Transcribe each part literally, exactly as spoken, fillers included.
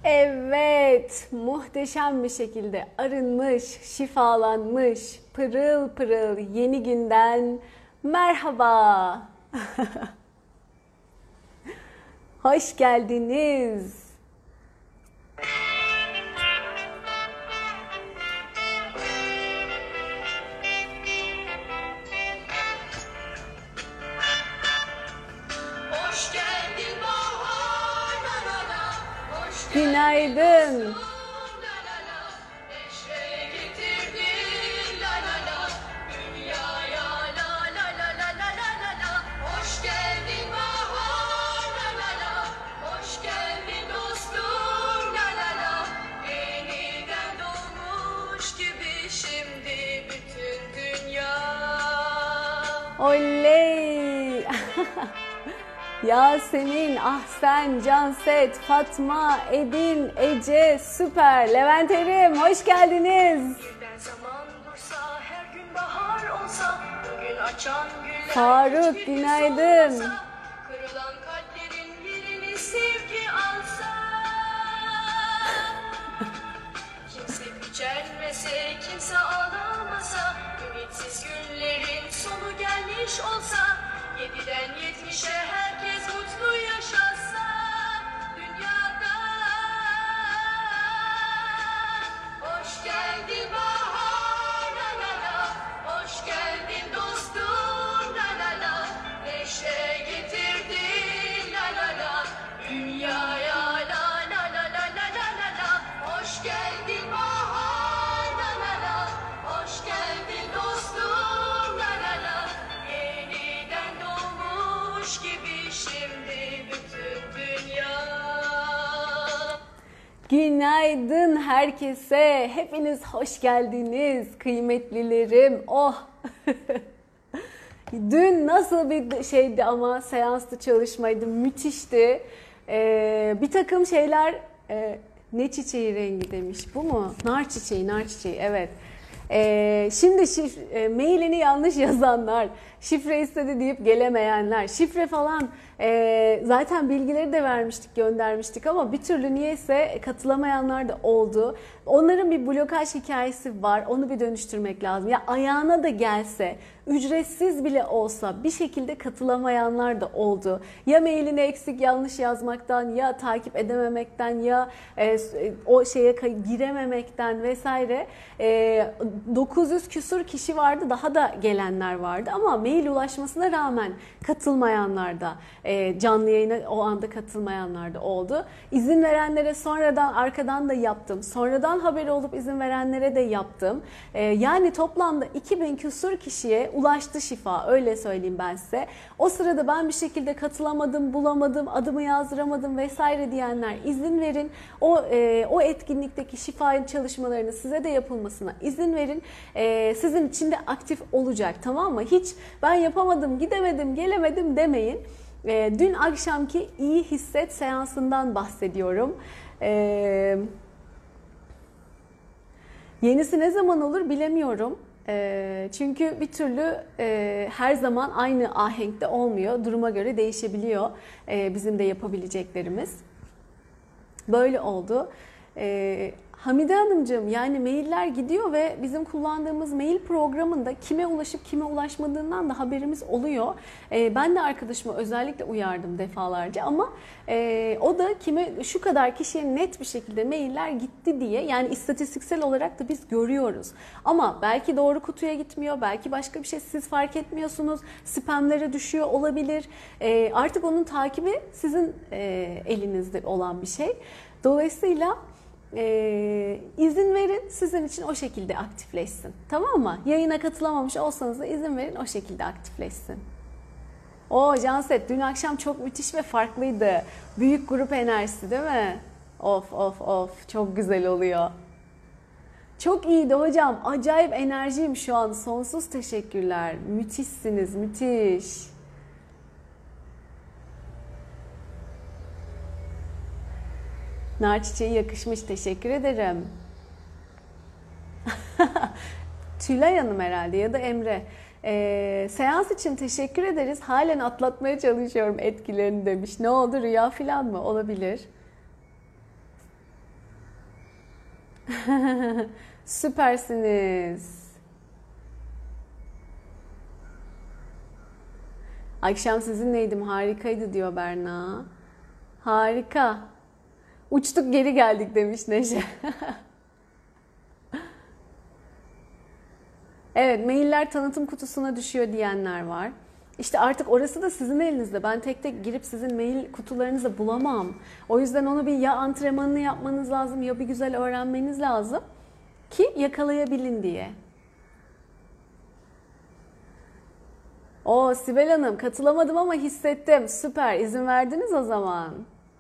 Evet, muhteşem bir şekilde arınmış, şifalanmış, pırıl pırıl yeni günden merhaba. Hoş geldiniz. Hoş geldin bahar, la la la. Hoş Günaydın. la la la. Neşe getirdin, la la la. Dünyaya la la la la la la la la. Hoş geldin bahar, la la la. Hoş geldin dostum, la la la. Yeniden doğmuş gibi şimdi bütün dünya. Oley. Yasemin, Ahsen, Canset, Fatma, Edin, Ece, süper. Levent Erim, hoş geldiniz. Birden zaman dursa, her gün bahar olsa, bugün açan güller Faruk, hiçbir günaydın. solmasa, kırılan kalplerin yerini sevgi alsa. Kimse gücenmese, kimse ağlamasa, ümitsiz günlerin sonu gelmiş olsa, yediden yetmişe herkes mutlu yaşasa dünyada. Hoş geldin bahar, la la la. Hoş geldin dostum, la la la. Neşe getirdin, la la la. Dünyaya la la la la la la la la. Hoş geldin bahar, la la la. Hoş geldin dostum, la la la. Yeniden doğmuş gibi şimdi bütün dünya. Günaydın herkese. Hepiniz hoş geldiniz kıymetlilerim. Oh. Dün nasıl bir şeydi ama seanstı, çalışmaydı, müthişti. Ee, bir takım şeyler e, ne çiçeği rengi demiş, bu mu? Nar çiçeği, nar çiçeği, evet. Ee, şimdi şif, e, mailini yanlış yazanlar, şifre istedi deyip gelemeyenler, şifre falan e, zaten bilgileri de vermiştik, göndermiştik ama bir türlü niyeyse katılamayanlar da oldu. Onların bir blokaj hikayesi var, onu bir dönüştürmek lazım. Ya ayağına da gelse, ücretsiz bile olsa bir şekilde katılamayanlar da oldu. Ya mailini eksik yanlış yazmaktan, ya takip edememekten, ya e, o şeye girememekten vesaire. E, dokuz yüz küsur kişi vardı, daha da gelenler vardı ama mail ulaşmasına rağmen katılmayanlar da, e, canlı yayına o anda katılmayanlar da oldu. İzin verenlere sonradan arkadan da yaptım. Sonradan haberi olup izin verenlere de yaptım. E, yani toplamda iki bin küsur kişiye ulaştı şifa, öyle söyleyeyim ben size. O sırada ben bir şekilde katılamadım, bulamadım, adımı yazdıramadım vesaire diyenler izin verin. O e, o etkinlikteki şifa çalışmalarını size de yapılmasına izin verin. E, sizin için de aktif olacak, tamam mı? Hiç ben yapamadım, gidemedim, gelemedim demeyin. E, dün akşamki iyi hisset seansından bahsediyorum. E, yenisi ne zaman olur bilemiyorum. E, çünkü bir türlü e, her zaman aynı ahenkte olmuyor. Duruma göre değişebiliyor e, bizim de yapabileceklerimiz. Böyle oldu. E, Hamide Hanımcığım, yani mailler gidiyor ve bizim kullandığımız mail programında kime ulaşıp kime ulaşmadığından da haberimiz oluyor. E, ben de arkadaşıma özellikle uyardım defalarca ama e, o da kime şu kadar kişiye net bir şekilde mailler gitti diye, yani istatistiksel olarak da biz görüyoruz. Ama belki doğru kutuya gitmiyor, belki başka bir şey siz fark etmiyorsunuz, spamlere düşüyor olabilir. E, artık onun takibi sizin e, elinizde olan bir şey. Dolayısıyla Ee, izin verin, sizin için o şekilde aktifleşsin. Tamam mı? Yayına katılamamış olsanız da izin verin, o şekilde aktifleşsin. O Canset, dün akşam çok müthiş ve farklıydı. Büyük grup enerjisi değil mi? Of of of, çok güzel oluyor. Çok iyiydi hocam. Acayip enerjiyim şu an. Sonsuz teşekkürler. Müthişsiniz, müthiş. Nar çiçeği yakışmış. Teşekkür ederim. Tülay Hanım herhalde ya da Emre. Ee, seans için teşekkür ederiz. Halen atlatmaya çalışıyorum etkilerini demiş. Ne oldu? Rüya falan mı? Olabilir. Süpersiniz. Akşam sizinleydim, harikaydı diyor Berna. Harika. Uçtuk geri geldik demiş Neşe. Evet, mailler tanıtım kutusuna düşüyor diyenler var. İşte artık orası da sizin elinizde. Ben tek tek girip sizin mail kutularınızı bulamam. O yüzden onu bir ya antrenmanını yapmanız lazım ya bir güzel öğrenmeniz lazım ki yakalayabilin diye. O Sibel Hanım, katılamadım ama hissettim. Süper, izin verdiniz o zaman.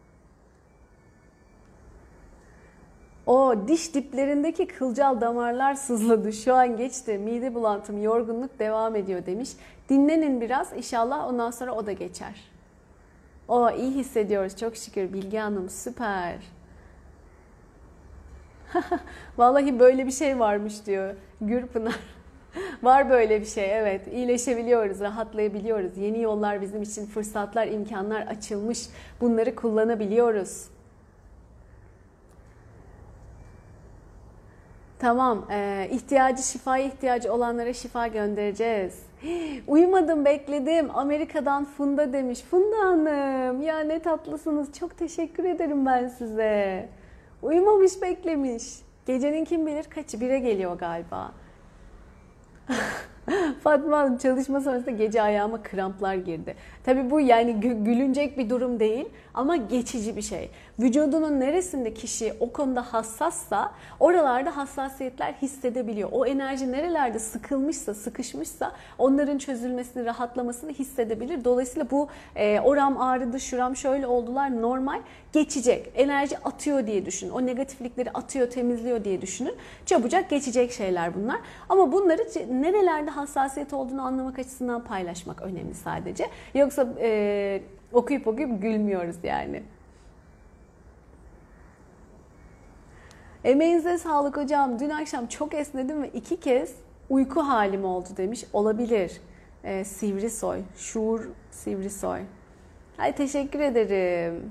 O diş diplerindeki kılcal damarlar sızladı. Şu an geçti. Mide bulantım, yorgunluk devam ediyor demiş. Dinlenin biraz. İnşallah ondan sonra o da geçer. O iyi hissediyoruz. Çok şükür Bilge Hanım. Süper. Vallahi böyle bir şey varmış diyor Gürpınar. Var böyle bir şey, evet. İyileşebiliyoruz, rahatlayabiliyoruz. Yeni yollar bizim için, fırsatlar, imkanlar açılmış. Bunları kullanabiliyoruz. Tamam, e, ihtiyacı, şifaya ihtiyacı olanlara şifa göndereceğiz. Uyumadım, bekledim. Amerika'dan Funda demiş. Funda Hanım, ya ne tatlısınız. Çok teşekkür ederim ben size. Uyumamış, beklemiş. Gecenin kim bilir kaçı? Bire geliyor galiba. Fatma Hanım, çalışma sonrasında gece ayağıma kramplar girdi. Tabii bu yani gü- gülünecek bir durum değil ama geçici bir şey. Vücudunun neresinde kişi o konuda hassassa oralarda hassasiyetler hissedebiliyor. O enerji nerelerde sıkılmışsa, sıkışmışsa onların çözülmesini, rahatlamasını hissedebilir. Dolayısıyla bu e, oram ağrıdı, şuram şöyle oldular normal, geçecek. Enerji atıyor diye düşünün. O negatiflikleri atıyor, temizliyor diye düşünün. Çabucak geçecek şeyler bunlar. Ama bunları nerelerde hassasiyet olduğunu anlamak açısından paylaşmak önemli sadece. Yoksa e, okuyup okuyup gülmüyoruz yani. Emeğinize sağlık hocam. Dün akşam çok esnedim ve iki kez uyku halim oldu demiş. Olabilir. E, Sivrisoy. Şuur Sivrisoy. Ay, teşekkür ederim.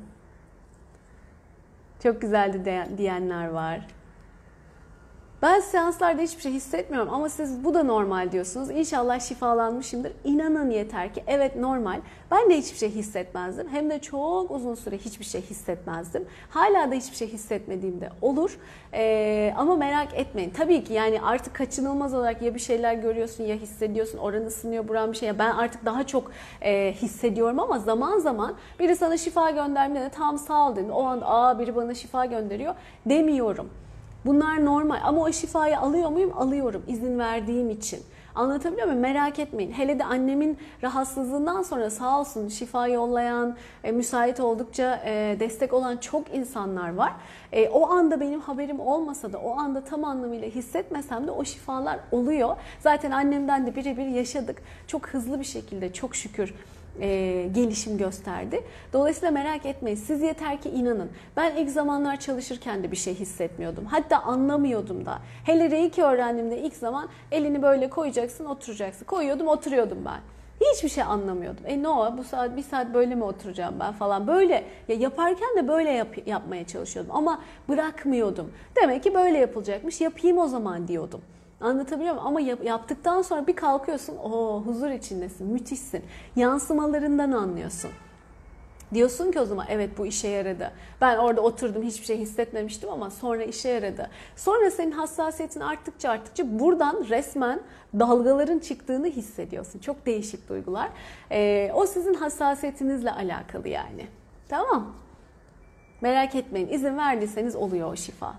Çok güzeldi de, diyenler var. Ben seanslarda hiçbir şey hissetmiyorum ama siz bu da normal diyorsunuz. İnşallah şifalanmışımdır. İnanın yeter ki evet normal. Ben de hiçbir şey hissetmezdim. Hem de çok uzun süre hiçbir şey hissetmezdim. Hala da hiçbir şey hissetmediğimde olur. Ee, ama merak etmeyin. Tabii ki yani artık kaçınılmaz olarak ya bir şeyler görüyorsun ya hissediyorsun. Oran ısınıyor, buran bir şey. Ya ben artık daha çok e, hissediyorum ama zaman zaman biri sana şifa gönderdiğinde de tam sağ ol dedim. O anda aa biri bana şifa gönderiyor demiyorum. Bunlar normal ama o şifayı alıyor muyum? Alıyorum izin verdiğim için. Anlatabiliyor muyum? Merak etmeyin. Hele de annemin rahatsızlığından sonra sağ olsun şifa yollayan, e, müsait oldukça e, destek olan çok insanlar var. E, o anda benim haberim olmasa da o anda tam anlamıyla hissetmesem de o şifalar oluyor. Zaten annemden de birebir yaşadık. Çok hızlı bir şekilde çok şükür E, gelişim gösterdi. Dolayısıyla merak etmeyin. Siz yeter ki inanın. Ben ilk zamanlar çalışırken de bir şey hissetmiyordum. Hatta anlamıyordum da. Hele Reiki öğrendiğimde ilk zaman elini böyle koyacaksın, oturacaksın. Koyuyordum, oturuyordum ben. Hiçbir şey anlamıyordum. E ne o? Bu saat bir saat böyle mi oturacağım ben falan. Böyle ya yaparken de böyle yap, yapmaya çalışıyordum. Ama bırakmıyordum. Demek ki böyle yapılacakmış. Yapayım o zaman diyordum. Anlatabiliyor muyum? Ama yap, yaptıktan sonra bir kalkıyorsun, o huzur içindesin, müthişsin. Yansımalarından anlıyorsun. Diyorsun ki o zaman evet bu işe yaradı. Ben orada oturdum hiçbir şey hissetmemiştim ama sonra işe yaradı. Sonra senin hassasiyetin arttıkça arttıkça buradan resmen dalgaların çıktığını hissediyorsun. Çok değişik duygular. Ee, o sizin hassasiyetinizle alakalı yani. Tamam. Merak etmeyin. İzin verdiyseniz oluyor o şifa.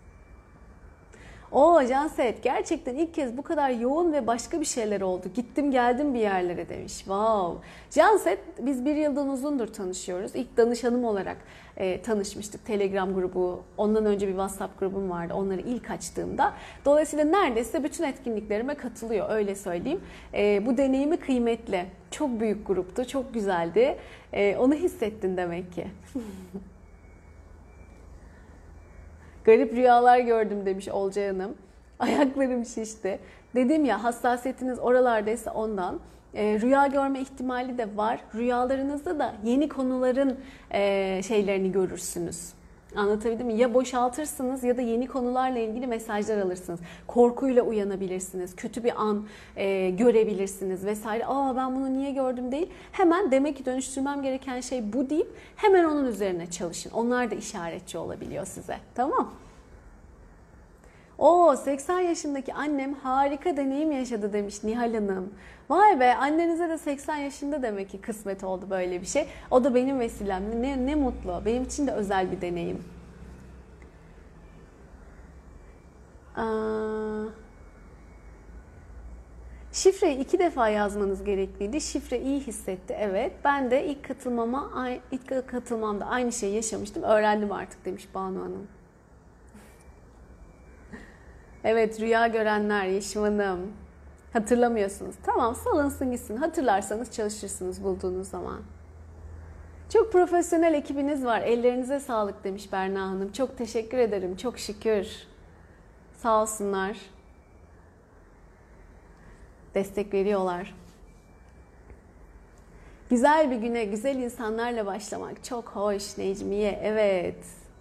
O Canset gerçekten ilk kez bu kadar yoğun ve başka bir şeyler oldu. Gittim geldim bir yerlere demiş. Wow. Canset biz bir yıldan uzundur tanışıyoruz. İlk danışanım olarak e, tanışmıştık. Telegram grubu, ondan önce bir WhatsApp grubum vardı. Onları ilk açtığımda. Dolayısıyla neredeyse bütün etkinliklerime katılıyor öyle söyleyeyim. E, bu deneyimi kıymetli. Çok büyük gruptu, çok güzeldi. E, onu hissettin demek ki. Garip rüyalar gördüm demiş Olcay Hanım. Ayaklarım şişti. Dedim ya hassasiyetiniz oralardaysa ondan. E, rüya görme ihtimali de var. Rüyalarınızda da yeni konuların e, şeylerini görürsünüz. Anlatabildim mi? Ya boşaltırsınız ya da yeni konularla ilgili mesajlar alırsınız. Korkuyla uyanabilirsiniz. Kötü bir an e, görebilirsiniz vesaire. Aa ben bunu niye gördüm değil. Hemen demek ki dönüştürmem gereken şey bu deyip hemen onun üzerine çalışın. Onlar da işaretçi olabiliyor size. Tamam. O seksen yaşındaki annem harika deneyim yaşadı demiş Nihal Hanım. Vay be, annenize de seksen yaşında demek ki kısmet oldu böyle bir şey. O da benim vesilem. Ne, ne mutlu. Benim için de özel bir deneyim. Aa, şifreyi iki defa yazmanız gerekliydi. Şifre iyi hissetti. Evet. Ben de ilk katılmama, ilk katılmamda aynı şeyi yaşamıştım. Öğrendim artık demiş Banu Hanım. Evet, rüya görenler, Yeşim Hanım. Hatırlamıyorsunuz. Tamam, salınsın gitsin. Hatırlarsanız çalışırsınız bulduğunuz zaman. Çok profesyonel ekibiniz var. Ellerinize sağlık demiş Berna Hanım. Çok teşekkür ederim. Çok şükür. Sağ olsunlar. Destek veriyorlar. Güzel bir güne, güzel insanlarla başlamak çok hoş Necmiye. Evet.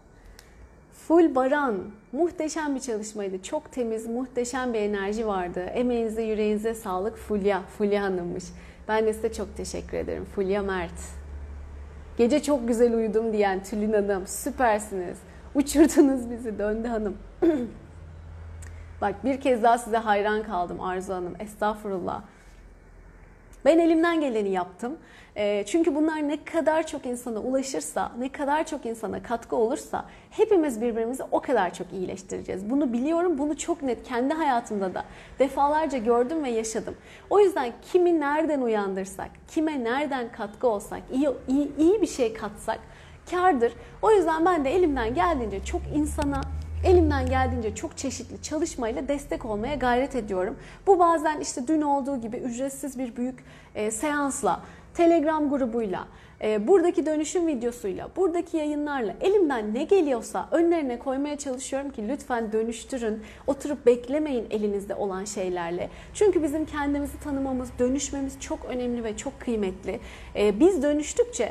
Full Baran. Muhteşem bir çalışmaydı. Çok temiz, muhteşem bir enerji vardı. Emeğinize, yüreğinize sağlık. Fulya, Fulya Hanım'mış. Ben de size çok teşekkür ederim. Fulya Mert. Gece çok güzel uyudum diyen Tülin Hanım. Süpersiniz. Uçurdunuz bizi Döndü Hanım. Bak bir kez daha size hayran kaldım Arzu Hanım. Estağfurullah. Ben elimden geleni yaptım. Çünkü bunlar ne kadar çok insana ulaşırsa, ne kadar çok insana katkı olursa hepimiz birbirimizi o kadar çok iyileştireceğiz. Bunu biliyorum, bunu çok net kendi hayatımda da defalarca gördüm ve yaşadım. O yüzden kimi nereden uyandırsak, kime nereden katkı olsak, iyi, iyi, iyi bir şey katsak kârdır. O yüzden ben de elimden geldiğince çok insana, elimden geldiğince çok çeşitli çalışmayla destek olmaya gayret ediyorum. Bu bazen işte dün olduğu gibi ücretsiz bir büyük e, seansla, Telegram grubuyla, e, buradaki dönüşüm videosuyla, buradaki yayınlarla elimden ne geliyorsa önlerine koymaya çalışıyorum ki lütfen dönüştürün. Oturup beklemeyin elinizde olan şeylerle. Çünkü bizim kendimizi tanımamız, dönüşmemiz çok önemli ve çok kıymetli. E, biz dönüştükçe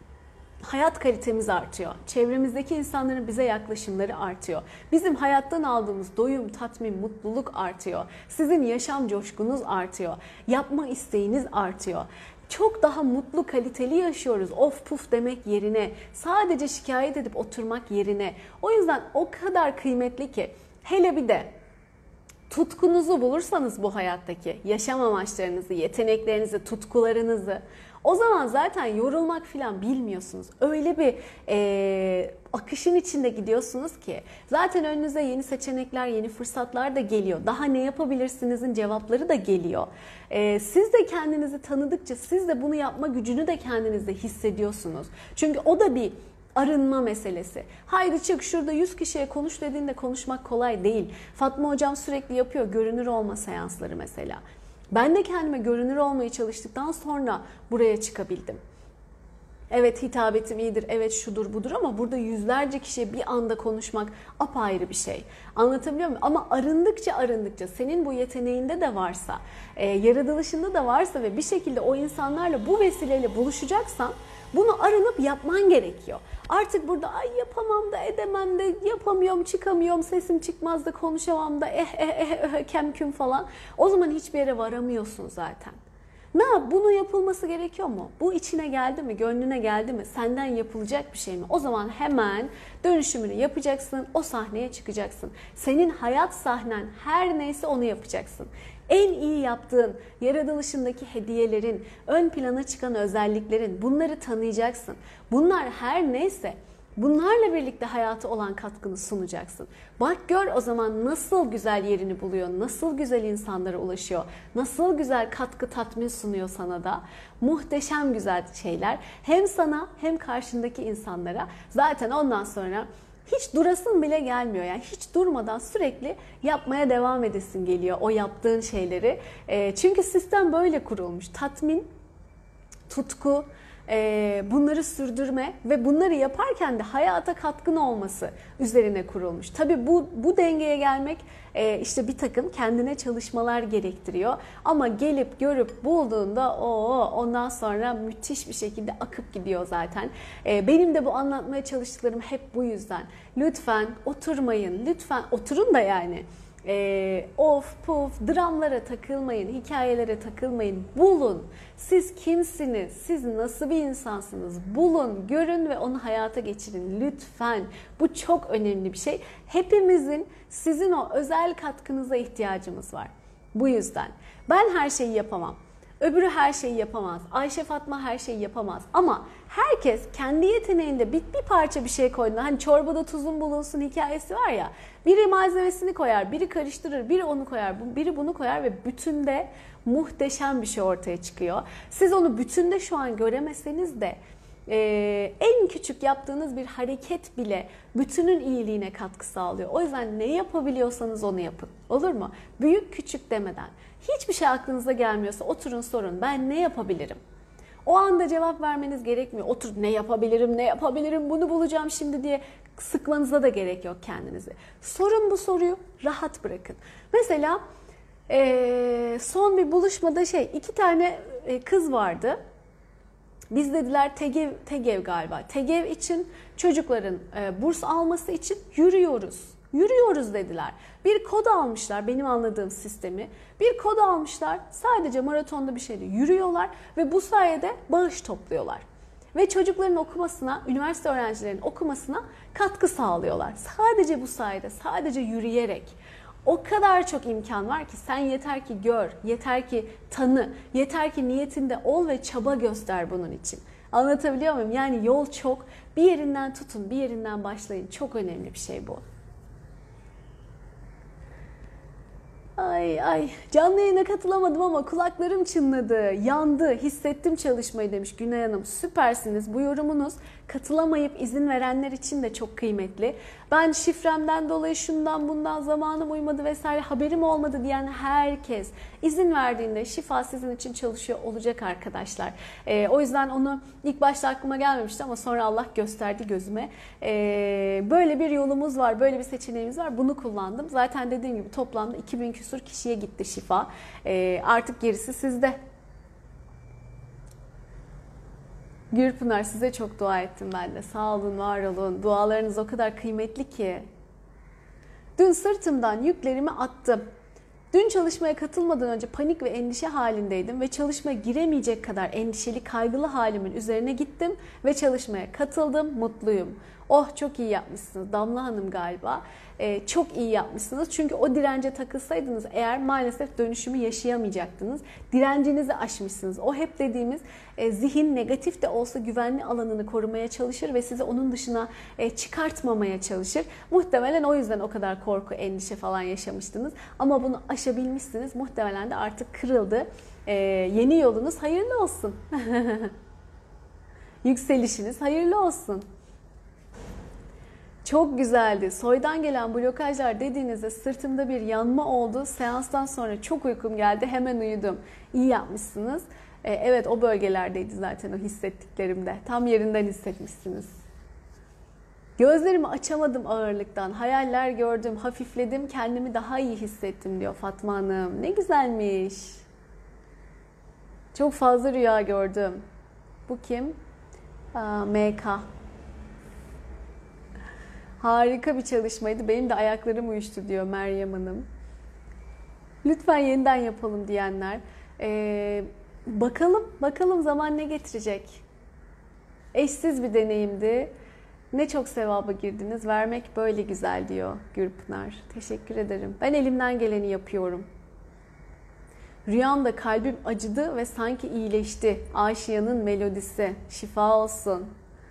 hayat kalitemiz artıyor. Çevremizdeki insanların bize yaklaşımları artıyor. Bizim hayattan aldığımız doyum, tatmin, mutluluk artıyor. Sizin yaşam coşkunuz artıyor. Yapma isteğiniz artıyor. Çok daha mutlu, kaliteli yaşıyoruz. Of puf demek yerine, sadece şikayet edip oturmak yerine. O yüzden o kadar kıymetli ki, hele bir de tutkunuzu bulursanız bu hayattaki, yaşam amaçlarınızı, yeteneklerinizi, tutkularınızı, o zaman zaten yorulmak falan bilmiyorsunuz. Öyle bir e, akışın içinde gidiyorsunuz ki zaten önünüze yeni seçenekler, yeni fırsatlar da geliyor. Daha ne yapabilirsinizin cevapları da geliyor. E, siz de kendinizi tanıdıkça siz de bunu yapma gücünü de kendinizde hissediyorsunuz. Çünkü o da bir arınma meselesi. Haydi çık şurada yüz kişiye konuş dediğinde konuşmak kolay değil. Fatma hocam sürekli yapıyor görünür olma seansları mesela. Ben de kendime görünür olmaya çalıştıktan sonra buraya çıkabildim. Evet hitabetim iyidir, evet şudur budur ama burada yüzlerce kişiye bir anda konuşmak apayrı bir şey. Anlatabiliyor muyum? Ama arındıkça arındıkça senin bu yeteneğinde de varsa, e, yaratılışında da varsa ve bir şekilde o insanlarla bu vesileyle buluşacaksan bunu arınıp yapman gerekiyor. Artık burada ay yapamam da edemem de yapamıyorum çıkamıyorum sesim çıkmaz da konuşamam da eh eh eh, eh kemküm falan. O zaman hiçbir yere varamıyorsun zaten. Ne yap? Bunu yapılması gerekiyor mu? Bu içine geldi mi? Gönlüne geldi mi? Senden yapılacak bir şey mi? O zaman hemen dönüşümünü yapacaksın. O sahneye çıkacaksın. Senin hayat sahnen her neyse onu yapacaksın. En iyi yaptığın yaratılışındaki hediyelerin, ön plana çıkan özelliklerin, bunları tanıyacaksın. Bunlar her neyse bunlarla birlikte hayata olan katkını sunacaksın. Bak gör o zaman nasıl güzel yerini buluyor, nasıl güzel insanlara ulaşıyor, nasıl güzel katkı tatmin sunuyor sana da. Muhteşem güzel şeyler hem sana hem karşındaki insanlara. Zaten ondan sonra hiç durasın bile gelmiyor. Yani hiç durmadan sürekli yapmaya devam edesin geliyor o yaptığın şeyleri. E, çünkü sistem böyle kurulmuş. Tatmin, tutku, e, bunları sürdürme ve bunları yaparken de hayata katkın olması üzerine kurulmuş. Tabii bu, bu dengeye gelmek e, işte bir takım kendine çalışmalar gerektiriyor. Ama gelip görüp bulduğunda o ondan sonra müthiş bir şekilde akıp gidiyor zaten. E, benim de bu anlatmaya çalıştıklarım hep bu yüzden. Lütfen oturmayın, lütfen oturun da yani. E, of puf dramlara takılmayın, hikayelere takılmayın. Bulun. Siz kimsiniz? Siz nasıl bir insansınız? Bulun, görün ve onu hayata geçirin lütfen. Bu çok önemli bir şey. Hepimizin sizin o özel katkınıza ihtiyacımız var. Bu yüzden ben her şeyi yapamam. Öbürü her şeyi yapamaz. Ayşe Fatma her şeyi yapamaz. Ama herkes kendi yeteneğinde bir, bir parça bir şey koyduğunda, hani çorbada tuzun bulunsun hikayesi var ya. Biri malzemesini koyar, biri karıştırır, biri onu koyar, biri bunu koyar ve bütünde muhteşem bir şey ortaya çıkıyor. Siz onu bütünde şu an göremeseniz de Ee, en küçük yaptığınız bir hareket bile bütünün iyiliğine katkı sağlıyor. O yüzden ne yapabiliyorsanız onu yapın. Olur mu? Büyük küçük demeden. Hiçbir şey aklınıza gelmiyorsa oturun sorun. Ben ne yapabilirim? O anda cevap vermeniz gerekmiyor. Otur ne yapabilirim, ne yapabilirim, bunu bulacağım şimdi diye sıkmanıza da gerek yok kendinizi. Sorun bu soruyu, rahat bırakın. Mesela ee, son bir buluşmada şey iki tane kız vardı. Biz dediler TEGEV, TEGEV galiba. TEGEV için çocukların e, burs alması için yürüyoruz. Yürüyoruz dediler. Bir kod almışlar benim anladığım sistemi. Bir kod almışlar sadece maratonda bir şeyde yürüyorlar ve bu sayede bağış topluyorlar. Ve çocukların okumasına, üniversite öğrencilerinin okumasına katkı sağlıyorlar. Sadece bu sayede, sadece yürüyerek. O kadar çok imkan var ki sen yeter ki gör, yeter ki tanı, yeter ki niyetinde ol ve çaba göster bunun için. Anlatabiliyor muyum? Yani yol çok. Bir yerinden tutun, bir yerinden başlayın. Çok önemli bir şey bu. Ay ay canlı yayına katılamadım ama kulaklarım çınladı, yandı, hissettim çalışmayı demiş Günay Hanım. Süpersiniz. Bu yorumunuz katılamayıp izin verenler için de çok kıymetli. Ben şifremden dolayı şundan bundan zamanım uymadı vesaire haberim olmadı diyen herkes izin verdiğinde şifa sizin için çalışıyor olacak arkadaşlar. Ee, o yüzden onu ilk başta aklıma gelmemişti ama sonra Allah gösterdi gözüme. Ee, böyle bir yolumuz var, böyle bir seçeneğimiz var. Bunu kullandım. Zaten dediğim gibi toplamda iki bin küsur kişiye gitti şifa. Ee, artık gerisi sizde. Gürpınar size çok dua ettim ben de. Sağ olun, var olun. Dualarınız o kadar kıymetli ki. Dün sırtımdan yüklerimi attım. Dün çalışmaya katılmadan önce panik ve endişe halindeydim ve çalışmaya giremeyecek kadar endişeli, kaygılı halimin üzerine gittim ve çalışmaya katıldım. Mutluyum. Oh çok iyi yapmışsınız. Damla Hanım galiba. Ee, çok iyi yapmışsınız. Çünkü o dirence takılsaydınız eğer maalesef dönüşümü yaşayamayacaktınız. Direncinizi aşmışsınız. O hep dediğimiz e, zihin negatif de olsa güvenli alanını korumaya çalışır ve sizi onun dışına e, çıkartmamaya çalışır. Muhtemelen o yüzden o kadar korku, endişe falan yaşamıştınız. Ama bunu aşabilmişsiniz. Muhtemelen de artık kırıldı. E, yeni yolunuz hayırlı olsun. Yükselişiniz hayırlı olsun. Çok güzeldi. Soydan gelen blokajlar dediğinizde sırtımda bir yanma oldu. Seanstan sonra çok uykum geldi. Hemen uyudum. İyi yapmışsınız. Ee, evet o bölgelerdeydi zaten o hissettiklerimde. Tam yerinden hissetmişsiniz. Gözlerimi açamadım ağırlıktan. Hayaller gördüm, hafifledim. Kendimi daha iyi hissettim diyor Fatma Hanım. Ne güzelmiş. Çok fazla rüya gördüm. Bu kim? Aa, M K. Harika bir çalışmaydı. Benim de ayaklarım uyuştu diyor Meryem Hanım. Lütfen yeniden yapalım diyenler. Ee, bakalım, bakalım zaman ne getirecek? Eşsiz bir deneyimdi. Ne çok sevaba girdiniz. Vermek böyle güzel diyor Gürpınar. Teşekkür ederim. Ben elimden geleni yapıyorum. Rüyamda kalbim acıdı ve sanki iyileşti. Aşiyan'ın melodisi. Şifa olsun.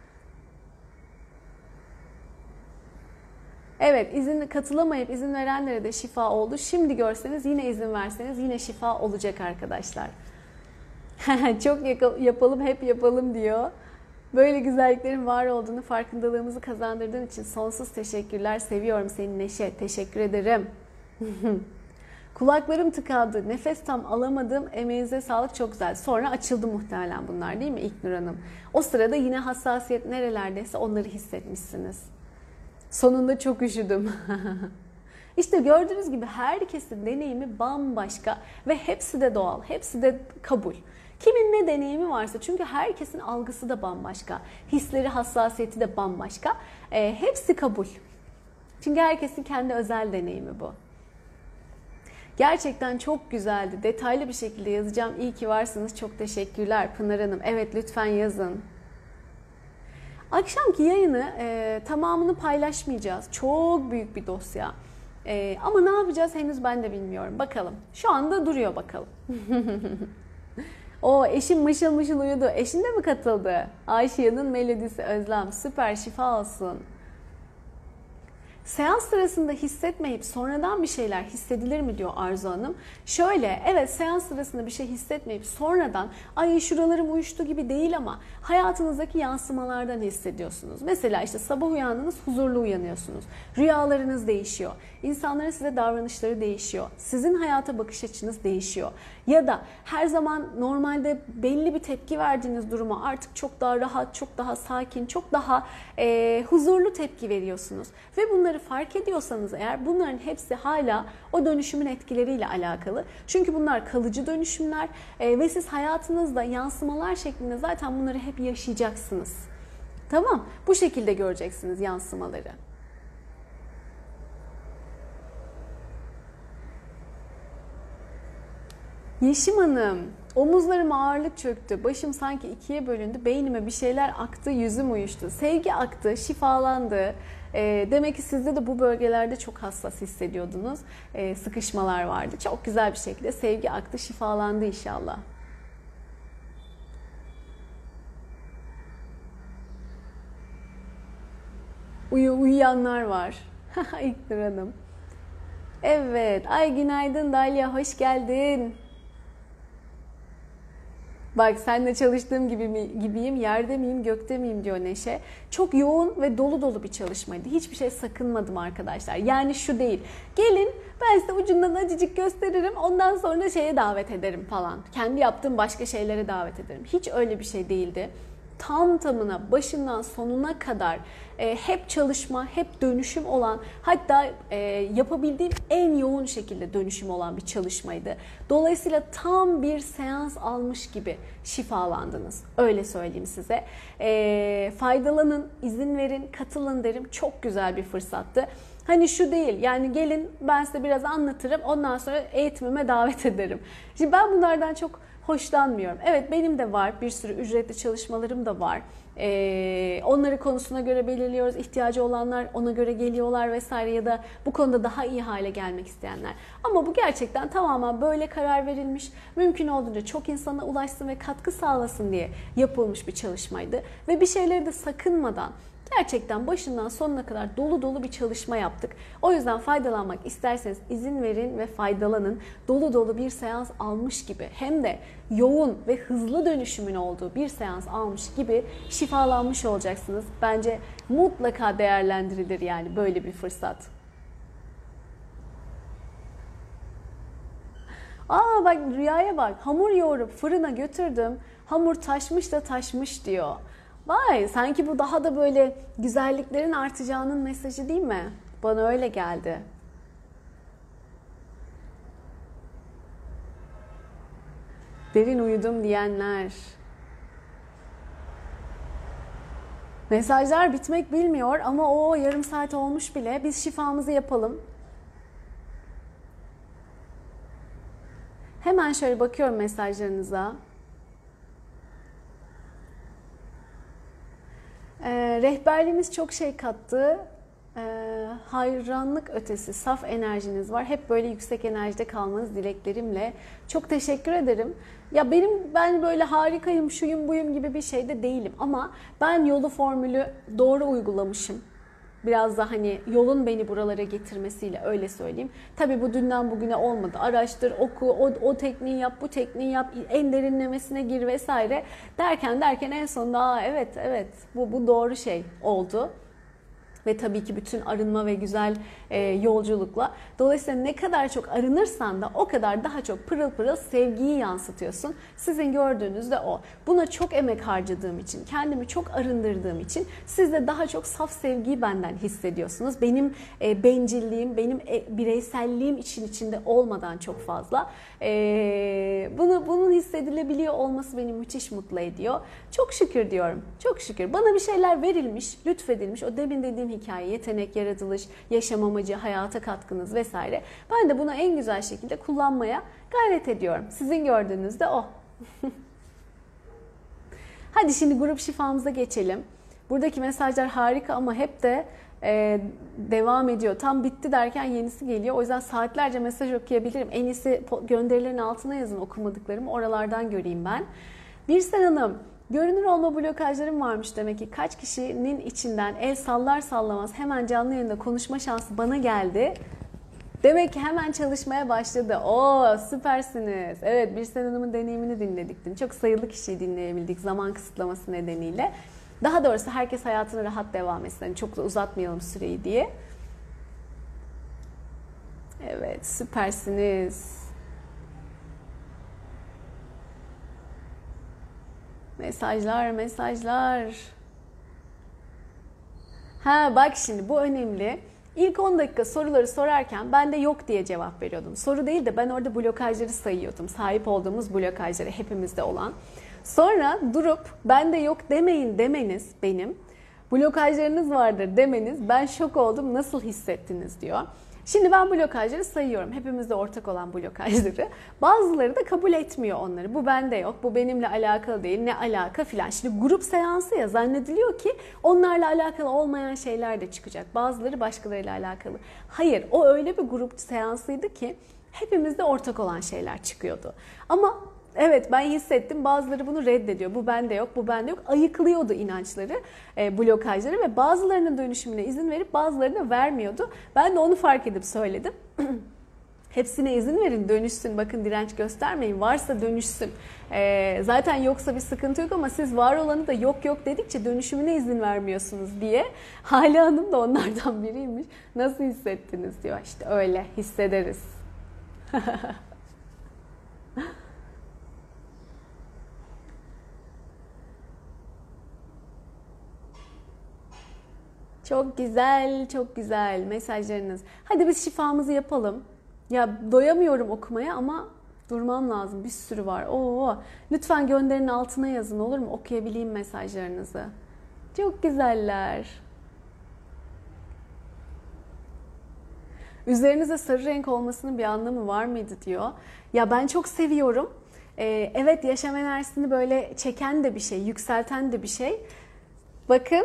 Evet, izin katılamayıp izin verenlere de şifa oldu. Şimdi görseniz yine izin verseniz yine şifa olacak arkadaşlar. Çok yapalım, hep yapalım diyor. Böyle güzelliklerin var olduğunu farkındalığımızı kazandırdığın için sonsuz teşekkürler. Seviyorum seni Neşe. Teşekkür ederim. Kulaklarım tıkandı, nefes tam alamadım, emeğinize sağlık, çok güzel. Sonra açıldı muhtemelen bunlar, değil mi İlknur Hanım? O sırada yine hassasiyet nerelerdeyse onları hissetmişsiniz. Sonunda çok üşüdüm. İşte gördüğünüz gibi herkesin deneyimi bambaşka ve hepsi de doğal, hepsi de kabul. Kimin ne deneyimi varsa, çünkü herkesin algısı da bambaşka, hisleri, hassasiyeti de bambaşka. E, hepsi kabul. Çünkü herkesin kendi özel deneyimi bu. Gerçekten çok güzeldi. Detaylı bir şekilde yazacağım. İyi ki varsınız. Çok teşekkürler Pınar Hanım. Evet, lütfen yazın. Akşamki yayını e, tamamını paylaşmayacağız. Çok büyük bir dosya. E, ama ne yapacağız henüz ben de bilmiyorum. Bakalım. Şu anda duruyor bakalım. O eşim mışıl mışıl uyudu. Eşin de mi katıldı? Ayşe'nin melodisi Özlem. Süper, şifa olsun. Seans sırasında hissetmeyip sonradan bir şeyler hissedilir mi diyor Arzu Hanım. Şöyle, evet, seans sırasında bir şey hissetmeyip sonradan ay şuralarım uyuştu gibi değil ama hayatınızdaki yansımalardan hissediyorsunuz. Mesela işte sabah uyandınız, huzurlu uyanıyorsunuz. Rüyalarınız değişiyor. İnsanların size davranışları değişiyor. Sizin hayata bakış açınız değişiyor. Ya da her zaman normalde belli bir tepki verdiğiniz duruma artık çok daha rahat, çok daha sakin, çok daha e, huzurlu tepki veriyorsunuz. Ve bunları fark ediyorsanız eğer, bunların hepsi hala o dönüşümün etkileriyle alakalı. Çünkü bunlar kalıcı dönüşümler e, ve siz hayatınızda yansımalar şeklinde zaten bunları hep yaşayacaksınız. Tamam, bu şekilde göreceksiniz yansımaları. Yeşim Hanım, omuzlarıma ağırlık çöktü, başım sanki ikiye bölündü, beynime bir şeyler aktı, yüzüm uyuştu, sevgi aktı, şifalandı. E, demek ki sizde de bu bölgelerde çok hassas hissediyordunuz, e, sıkışmalar vardı. Çok güzel bir şekilde sevgi aktı, şifalandı inşallah. Uyu, uyuyanlar var. İlknur Hanım. Evet, ay günaydın Dalia, hoş geldin. Bak, seninle çalıştığım gibi mi, gibiyim, yerde miyim, gökte miyim diyor Neşe. Çok yoğun ve dolu dolu bir çalışmaydı. Hiçbir şey sakınmadım arkadaşlar. Yani şu değil, gelin ben size ucundan acıcık gösteririm, ondan sonra şeye davet ederim falan. Kendi yaptığım başka şeylere davet ederim. Hiç öyle bir şey değildi. Tam tamına başından sonuna kadar e, hep çalışma, hep dönüşüm olan, hatta e, yapabildiğim en yoğun şekilde dönüşüm olan bir çalışmaydı. Dolayısıyla tam bir seans almış gibi şifalandınız. Öyle söyleyeyim size. E, faydalanın, izin verin, katılın derim. Çok güzel bir fırsattı. Hani şu değil, yani gelin ben size biraz anlatırım, ondan sonra eğitimime davet ederim. Şimdi ben bunlardan çok hoşlanmıyorum. Evet, benim de var, bir sürü ücretli çalışmalarım da var. Ee, onları konusuna göre belirliyoruz. İhtiyacı olanlar ona göre geliyorlar vesaire, ya da bu konuda daha iyi hale gelmek isteyenler. Ama bu gerçekten tamamen böyle karar verilmiş, mümkün olduğunca çok insana ulaşsın ve katkı sağlasın diye yapılmış bir çalışmaydı. Ve bir şeyleri de sakınmadan, gerçekten başından sonuna kadar dolu dolu bir çalışma yaptık. O yüzden faydalanmak isterseniz izin verin ve faydalanın. Dolu dolu bir seans almış gibi, hem de yoğun ve hızlı dönüşümün olduğu bir seans almış gibi şifalanmış olacaksınız. Bence mutlaka değerlendirilir yani böyle bir fırsat. Aa bak, rüyaya bak. Hamur yoğurup fırına götürdüm. Hamur taşmış da taşmış diyor. Vay, sanki bu daha da böyle güzelliklerin artacağının mesajı değil mi? Bana öyle geldi. Derin uyudum diyenler. Mesajlar bitmek bilmiyor ama o yarım saat olmuş bile. Biz şifamızı yapalım. Hemen şöyle bakıyorum mesajlarınıza. Ee, rehberliğiniz çok şey kattı. Ee, hayranlık ötesi saf enerjiniz var. Hep böyle yüksek enerjide kalmanız dileklerimle. Çok teşekkür ederim. Ya benim ben böyle harikayım, şuyum buyum gibi bir şey de değilim ama ben yolu, formülü doğru uygulamışım. Biraz da hani yolun beni buralara getirmesiyle, öyle söyleyeyim. Tabii bu dünden bugüne olmadı. Araştır, oku, o, o tekniği yap, bu tekniği yap, en derinlemesine gir vesaire derken derken en sonunda Aa, evet evet bu bu doğru şey oldu. Ve tabii ki bütün arınma ve güzel e, yolculukla. Dolayısıyla ne kadar çok arınırsan da o kadar daha çok pırıl pırıl sevgiyi yansıtıyorsun. Sizin gördüğünüz de o. Buna çok emek harcadığım için, kendimi çok arındırdığım için siz de daha çok saf sevgiyi benden hissediyorsunuz. Benim e, bencilliğim, benim e, bireyselliğim için içinde olmadan çok fazla. E, bunu bunun hissedilebiliyor olması beni müthiş mutlu ediyor. Çok şükür diyorum. Çok şükür. Bana bir şeyler verilmiş, lütfedilmiş. O demin dediğim hikaye, yetenek, yaratılış, yaşam amacı, hayata katkınız vesaire. Ben de bunu en güzel şekilde kullanmaya gayret ediyorum. Sizin gördüğünüz de o. Hadi şimdi grup şifamıza geçelim. Buradaki mesajlar harika ama hep de e, devam ediyor. Tam bitti derken yenisi geliyor. O yüzden saatlerce mesaj okuyabilirim. En iyisi gönderilerin altına yazın okumadıklarımı. Oralardan göreyim ben. Birsen Hanım, görünür olma blokajlarım varmış demek ki. Kaç kişinin içinden el sallar sallamaz hemen canlı yayında konuşma şansı bana geldi. Demek ki hemen çalışmaya başladı. Oo, süpersiniz. Evet, Birsen Hanım'ın deneyimini dinledik dün. Çok sayılı kişiyi dinleyebildik zaman kısıtlaması nedeniyle. Daha doğrusu herkes hayatına rahat devam etsin. Yani çok da uzatmayalım süreyi diye. Evet, süpersiniz. Mesajlar, mesajlar. Ha bak şimdi bu önemli. İlk on dakika soruları sorarken ben de yok diye cevap veriyordum. Soru değil de ben orada blokajları sayıyordum. Sahip olduğumuz blokajları hepimizde olan. Sonra durup ben de yok demeyin demeniz benim. Blokajlarınız vardır demeniz ben şok oldum nasıl hissettiniz diyor. Şimdi ben blokajları sayıyorum. Hepimizde ortak olan blokajları. Bazıları da kabul etmiyor onları. Bu bende yok, bu benimle alakalı değil, ne alaka filan. Şimdi grup seansı ya zannediliyor ki onlarla alakalı olmayan şeyler de çıkacak. Bazıları başkalarıyla alakalı. Hayır, o öyle bir grup seansıydı ki hepimizde ortak olan şeyler çıkıyordu. Ama evet ben hissettim bazıları bunu reddediyor. Bu bende yok, bu bende yok. Ayıklıyordu inançları, e, blokajları ve bazılarının dönüşümüne izin verip bazılarına vermiyordu. Ben de onu fark edip söyledim. Hepsine izin verin, dönüşsün. Bakın direnç göstermeyin. Varsa dönüşsün. E, zaten yoksa bir sıkıntı yok ama siz var olanı da yok yok dedikçe dönüşümüne izin vermiyorsunuz diye. Hale Hanım da onlardan biriymiş. Nasıl hissettiniz diyor. İşte öyle hissederiz. Çok güzel, çok güzel mesajlarınız. Hadi biz şifamızı yapalım. Ya doyamıyorum okumaya ama durmam lazım. Bir sürü var. Oo, lütfen gönderinin altına yazın olur mu? Okuyabileyim mesajlarınızı. Çok güzeller. Üzerinizde sarı renk olmasının bir anlamı var mıydı diyor. Ya ben çok seviyorum. Ee, evet yaşam enerjisini böyle çeken de bir şey, yükselten de bir şey. Bakın.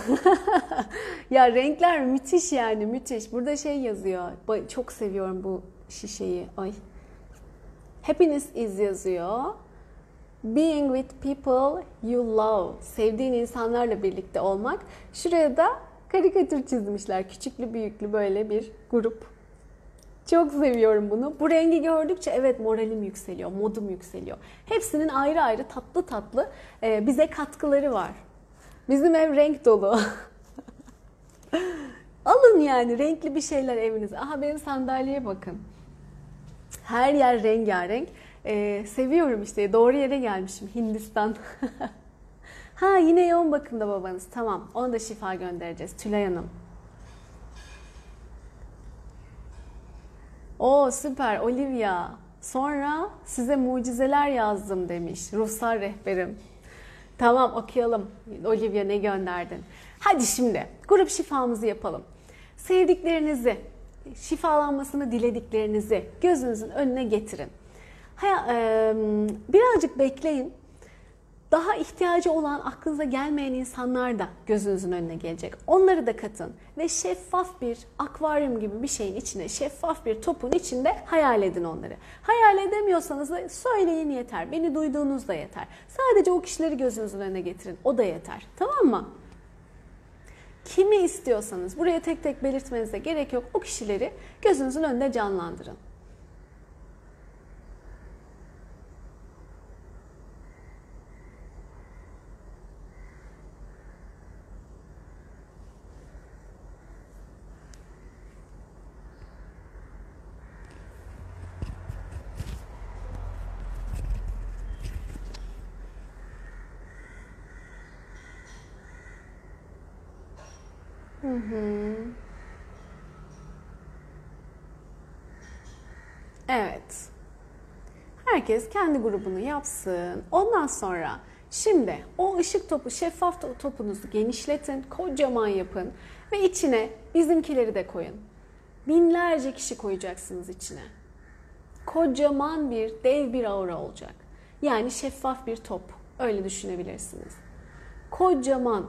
Ya renkler müthiş yani müthiş. Burada şey yazıyor. Çok seviyorum bu şişeyi. Ay. Happiness is yazıyor. Being with people you love. Sevdiğin insanlarla birlikte olmak. Şuraya da karikatür çizmişler. Küçüklü büyüklü böyle bir grup. Çok seviyorum bunu. Bu rengi gördükçe evet moralim yükseliyor, modum yükseliyor. Hepsinin ayrı ayrı tatlı tatlı bize katkıları var. Bizim ev renk dolu. Alın yani renkli bir şeyler evinize. Aha benim sandalyeye bakın. Her yer rengarenk. Ee, seviyorum işte. Doğru yere gelmişim. Hindistan. Ha yine yoğun bakımda babanız. Tamam. Ona da şifa göndereceğiz. Tülay Hanım. Oo süper Olivia. Sonra size mucizeler yazdım demiş. Ruhsal rehberim. Tamam okuyalım. Olivia ne gönderdin? Hadi şimdi grup şifamızı yapalım. Sevdiklerinizi, şifalanmasını dilediklerinizi gözünüzün önüne getirin. Birazcık bekleyin. Daha ihtiyacı olan aklınıza gelmeyen insanlar da gözünüzün önüne gelecek. Onları da katın ve şeffaf bir akvaryum gibi bir şeyin içine, şeffaf bir topun içinde hayal edin onları. Hayal edemiyorsanız da söyleyin yeter. Beni duyduğunuz da yeter. Sadece o kişileri gözünüzün önüne getirin. O da yeter. Tamam mı? Kimi istiyorsanız buraya tek tek belirtmenize gerek yok. O kişileri gözünüzün önünde canlandırın. Hı hı. Evet. Herkes kendi grubunu yapsın. Ondan sonra şimdi o ışık topu, şeffaf to- topunuzu genişletin, kocaman yapın ve içine bizimkileri de koyun. Binlerce kişi koyacaksınız içine. Kocaman bir, dev bir aura olacak. Yani şeffaf bir top. Öyle düşünebilirsiniz. Kocaman.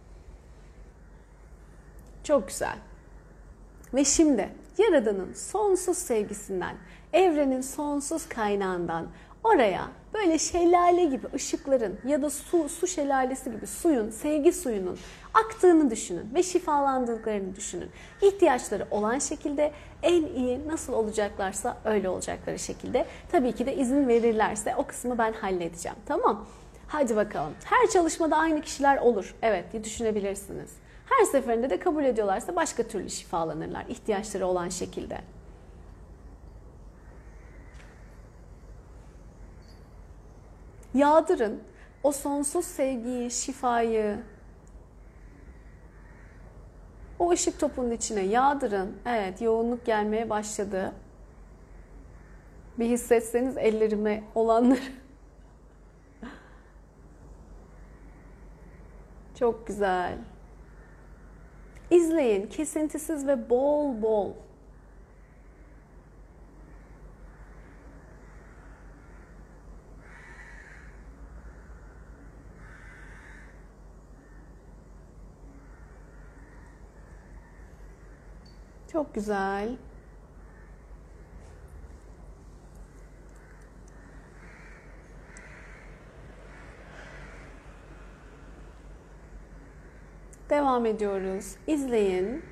Çok güzel. Ve şimdi Yaradan'ın sonsuz sevgisinden, evrenin sonsuz kaynağından oraya böyle şelale gibi ışıkların ya da su, su şelalesi gibi suyun, sevgi suyunun aktığını düşünün ve şifalandıklarını düşünün. İhtiyaçları olan şekilde en iyi nasıl olacaklarsa öyle olacakları şekilde. Tabii ki de izin verirlerse o kısmı ben halledeceğim. Tamam? Hadi bakalım. Her çalışmada aynı kişiler olur. Evet, düşünebilirsiniz. Her seferinde de kabul ediyorlarsa başka türlü şifalanırlar ihtiyaçları olan şekilde. Yağdırın o sonsuz sevgiyi, şifayı o ışık topunun içine yağdırın. Evet, yoğunluk gelmeye başladı. Bir hissetseniz ellerime olanları. Çok güzel. İzleyin, kesintisiz ve bol bol. Çok güzel. Devam ediyoruz. İzleyin.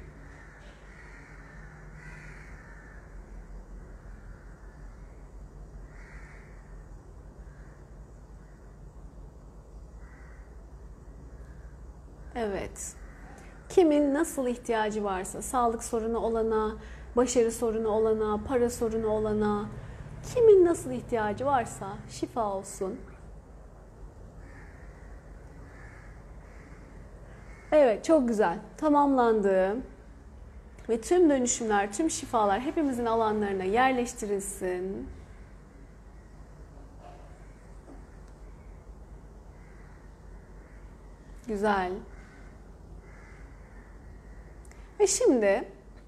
Evet. Kimin nasıl ihtiyacı varsa, sağlık sorunu olana, başarı sorunu olana, para sorunu olana, kimin nasıl ihtiyacı varsa şifa olsun. Evet, çok güzel. Tamamlandı. Ve tüm dönüşümler, tüm şifalar hepimizin alanlarına yerleştirilsin. Güzel. Ve şimdi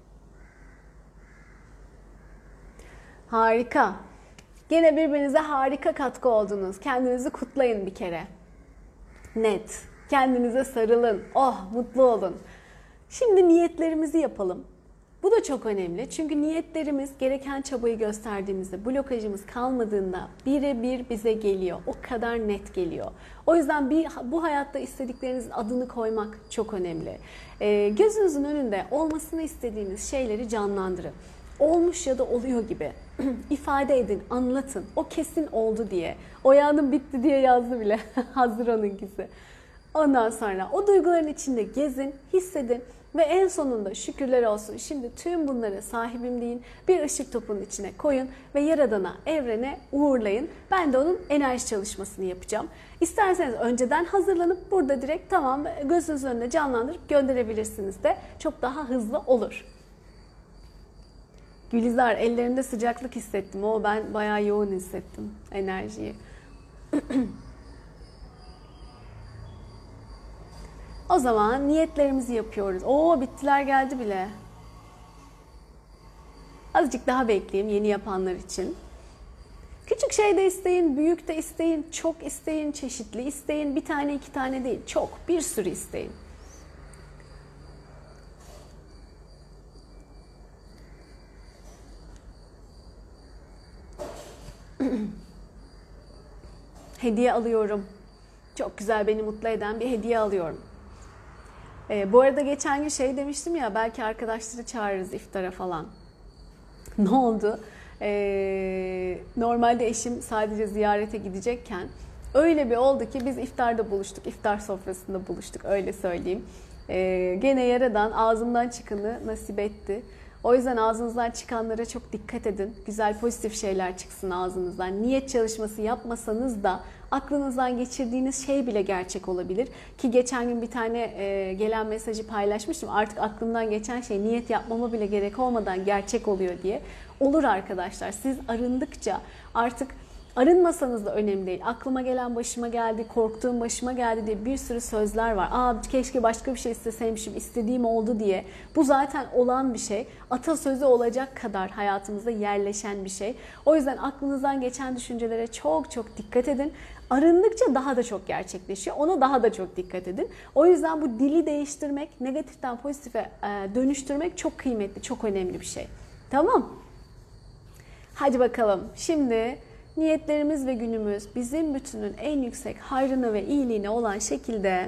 harika. Gene birbirinize harika katkı oldunuz. Kendinizi kutlayın bir kere. Net. Kendinize sarılın. Oh, mutlu olun. Şimdi niyetlerimizi yapalım. Bu da çok önemli. Çünkü niyetlerimiz gereken çabayı gösterdiğimizde, blokajımız kalmadığında birebir bize geliyor. O kadar net geliyor. O yüzden bir, bu hayatta istediklerinizin adını koymak çok önemli. Ee, gözünüzün önünde olmasını istediğiniz şeyleri canlandırın. Olmuş ya da oluyor gibi ifade edin, anlatın. O kesin oldu diye. O yanım bitti diye yazdı bile. Hazır onunkisi. Ondan sonra o duyguların içinde gezin, hissedin ve en sonunda şükürler olsun. Şimdi tüm bunları sahibim deyin, bir ışık topunun içine koyun ve Yaradan'a, evrene uğurlayın. Ben de onun enerji çalışmasını yapacağım. İsterseniz önceden hazırlanıp burada direkt tamam gözünüzün önünde canlandırıp gönderebilirsiniz de çok daha hızlı olur. Gülizar, ellerinde sıcaklık hissettim. O ben bayağı yoğun hissettim enerjiyi. O zaman niyetlerimizi yapıyoruz. Oo, bittiler geldi bile. Azıcık daha bekleyeyim yeni yapanlar için. Küçük şey de isteyin, büyük de isteyin, çok isteyin, çeşitli isteyin. Bir tane iki tane değil, çok bir sürü isteyin. Hediye alıyorum. Çok güzel, beni mutlu eden bir hediye alıyorum. Ee, bu arada geçen gün şey demiştim ya, belki arkadaşları çağırırız iftara falan. Ne oldu? Ee, normalde eşim sadece ziyarete gidecekken öyle bir oldu ki biz iftarda buluştuk. İftar sofrasında buluştuk, öyle söyleyeyim. Ee, gene Yaradan ağzımdan çıkanı nasip etti. O yüzden ağzınızdan çıkanlara çok dikkat edin. Güzel, pozitif şeyler çıksın ağzınızdan. Niyet çalışması yapmasanız da aklınızdan geçirdiğiniz şey bile gerçek olabilir. Ki geçen gün bir tane e, gelen mesajı paylaşmıştım. Artık aklımdan geçen şey niyet yapmama bile gerek olmadan gerçek oluyor diye. Olur arkadaşlar. Siz arındıkça artık arınmasanız da önemli değil. Aklıma gelen başıma geldi, korktuğum başıma geldi diye bir sürü sözler var. Aa keşke başka bir şey isteseymişim, istediğim oldu diye. Bu zaten olan bir şey. Atasözü olacak kadar hayatımızda yerleşen bir şey. O yüzden aklınızdan geçen düşüncelere çok çok dikkat edin. Arındıkça daha da çok gerçekleşiyor. Ona daha da çok dikkat edin. O yüzden bu dili değiştirmek, negatiften pozitife dönüştürmek çok kıymetli, çok önemli bir şey. Tamam? Hadi bakalım. Şimdi niyetlerimiz ve günümüz bizim bütünün en yüksek hayrına ve iyiliğine olan şekilde